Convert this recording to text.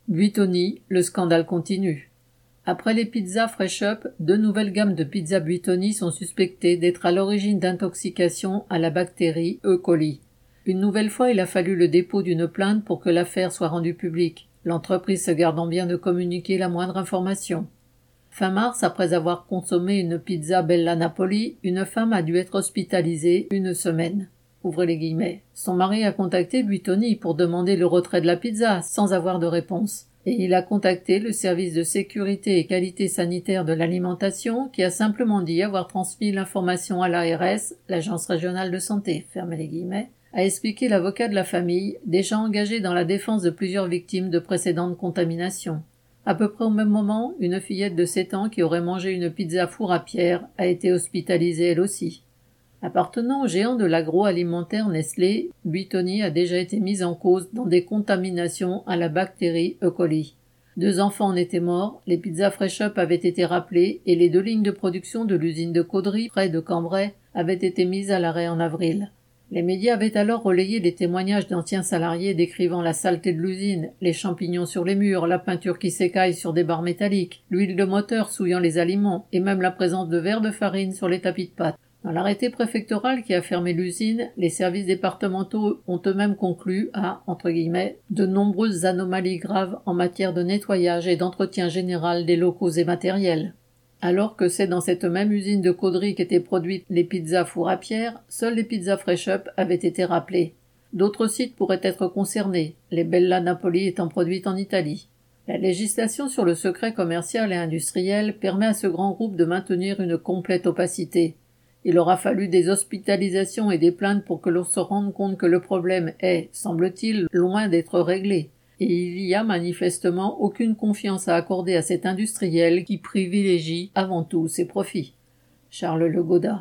Buitoni, le scandale continue. Après les pizzas Fresh Up, 2 nouvelles gammes de pizzas Buitoni sont suspectées d'être à l'origine d'intoxication à la bactérie E. coli. Une nouvelle fois, il a fallu le dépôt d'une plainte pour que l'affaire soit rendue publique, l'entreprise se gardant bien de communiquer la moindre information. Fin mars, après avoir consommé une pizza Bella Napoli, une femme a dû être hospitalisée 1 semaine. Ouvrez les guillemets. Son mari a contacté Buitoni pour demander le retrait de la pizza, sans avoir de réponse. Et il a contacté le service de sécurité et qualité sanitaire de l'alimentation, qui a simplement dit avoir transmis l'information à l'ARS, l'Agence régionale de santé, fermez les guillemets, a expliqué l'avocat de la famille, déjà engagé dans la défense de plusieurs victimes de précédentes contaminations. À peu près au même moment, une fillette de 7 ans qui aurait mangé une pizza four à pierre a été hospitalisée elle aussi. Appartenant au géant de l'agroalimentaire Nestlé, Buitoni a déjà été mise en cause dans des contaminations à la bactérie E. coli. 2 enfants en étaient morts, les pizzas Fresh Up avaient été rappelées et les 2 lignes de production de l'usine de Caudry, près de Cambrai, avaient été mises à l'arrêt en avril. Les médias avaient alors relayé les témoignages d'anciens salariés décrivant la saleté de l'usine, les champignons sur les murs, la peinture qui s'écaille sur des barres métalliques, l'huile de moteur souillant les aliments et même la présence de verres de farine sur les tapis de pâte. Dans l'arrêté préfectoral qui a fermé l'usine, les services départementaux ont eux-mêmes conclu à, entre guillemets, de nombreuses anomalies graves en matière de nettoyage et d'entretien général des locaux et matériels. Alors que c'est dans cette même usine de Caudry qu'étaient produites les pizzas four à pierre, seules les pizzas Fresh Up avaient été rappelées. D'autres sites pourraient être concernés, les Bella Napoli étant produites en Italie. La législation sur le secret commercial et industriel permet à ce grand groupe de maintenir une complète opacité. Il aura fallu des hospitalisations et des plaintes pour que l'on se rende compte que le problème est, semble-t-il, loin d'être réglé. Et il y a manifestement aucune confiance à accorder à cet industriel qui privilégie avant tout ses profits. Charles Le Gaudat.